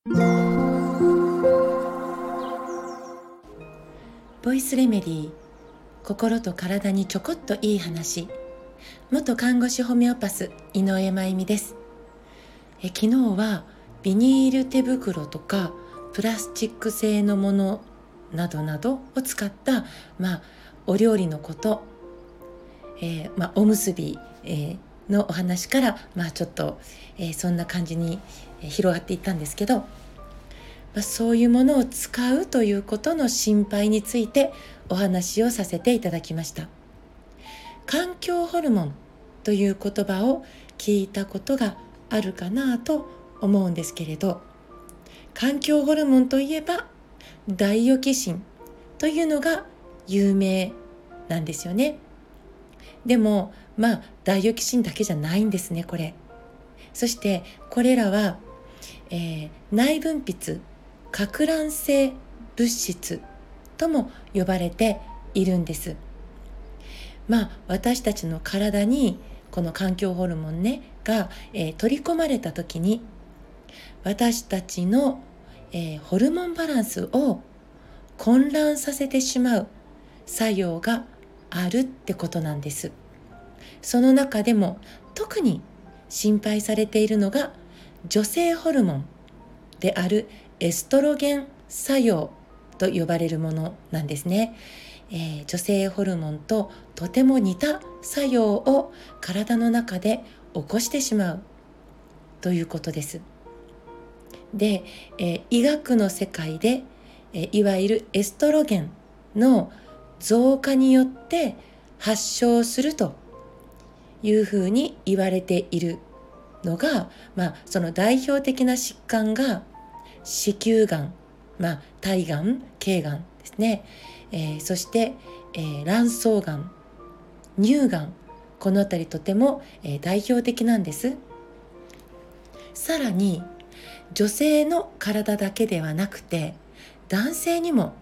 ボイスレメディー、心と体にちょこっといい話。元看護師ホメオパス井上真由美です。昨日はビニール手袋とかプラスチック製のものなどなどを使った、お料理のこと、おむすび、のお話から、ちょっと、そんな感じに広がっていったんですけど、そういうものを使うということの心配についてお話をさせていただきました。環境ホルモンという言葉を聞いたことがあるかなと思うんですけれど、環境ホルモンといえばダイオキシンというのが有名なんですよね。でもダイオキシンだけじゃないんですね、これ。そしてこれらは、内分泌かく乱性物質とも呼ばれているんです。私たちの体にこの環境ホルモンが、取り込まれた時に私たちの、ホルモンバランスを混乱させてしまう作用があるってことなんです。その中でも特に心配されているのが女性ホルモンであるエストロゲン作用と呼ばれるものなんですね。女性ホルモンととても似た作用を体の中で起こしてしまうということです。で、医学の世界で、いわゆるエストロゲンの増加によって発症するというふうに言われているのが、その代表的な疾患が子宮がん、体がん、頸がんですね。そして、卵巣がん、乳がん、このあたりとても、代表的なんです。さらに女性の体だけではなくて男性にも、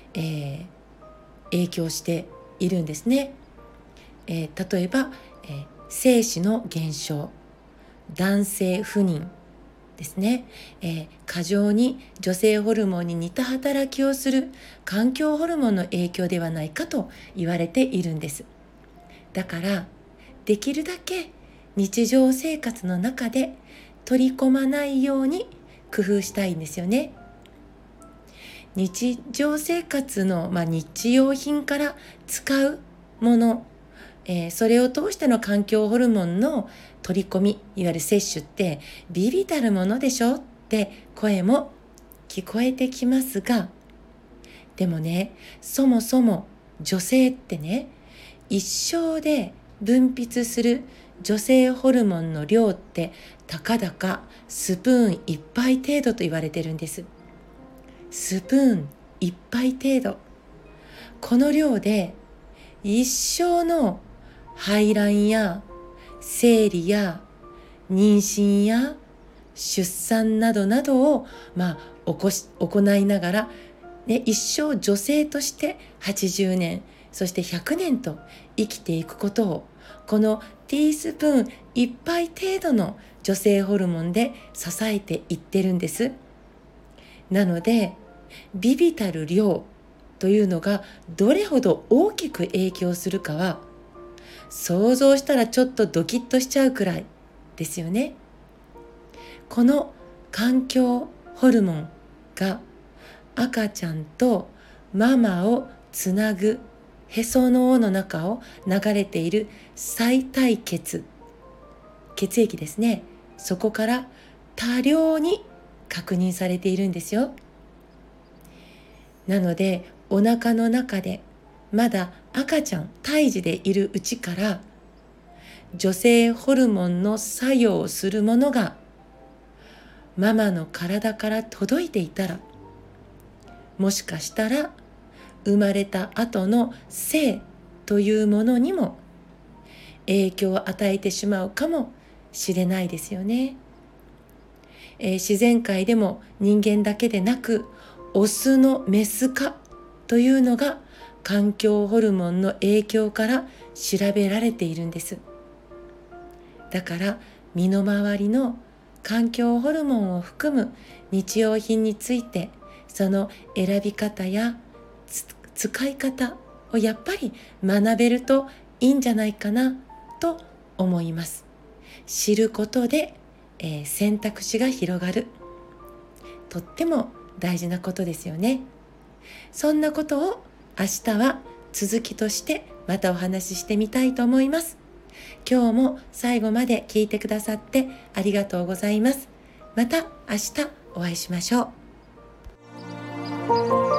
影響しているんですね。例えば、精子の減少、男性不妊ですね。過剰に女性ホルモンに似た働きをする環境ホルモンの影響ではないかと言われているんです。だからできるだけ日常生活の中で取り込まないように工夫したいんですよね。日常生活の、日用品から使うもの、それを通しての環境ホルモンの取り込み、いわゆる摂取って微々たるものでしょって声も聞こえてきますが、でもね、そもそも女性って一生で分泌する女性ホルモンの量ってたかだかスプーン1杯程度と言われてるんです。スプーン1杯程度。この量で一生の排卵や生理や妊娠や出産などなどを、行いながら、一生女性として80年そして100年と生きていくことをこのティースプーン1杯程度の女性ホルモンで支えていってるんです。なので微々たる量というのがどれほど大きく影響するかは想像したらちょっとドキッとしちゃうくらいですよね。この環境ホルモンが赤ちゃんとママをつなぐへその緒の中を流れている臍帯血液ですね。そこから多量に確認されているんですよ。なのでお腹の中でまだ赤ちゃん胎児でいるうちから女性ホルモンの作用をするものがママの体から届いていたら、もしかしたら生まれた後の性というものにも影響を与えてしまうかもしれないですよね。自然界でも人間だけでなくオスのメス化というのが環境ホルモンの影響から調べられているんです。だから身の回りの環境ホルモンを含む日用品について、その選び方や使い方をやっぱり学べるといいんじゃないかなと思います。知ることで、選択肢が広がる、とっても大事なことですよね。そんなことを明日は続きとしてまたお話ししてみたいと思います。今日も最後まで聞いてくださってありがとうございます。また明日お会いしましょう。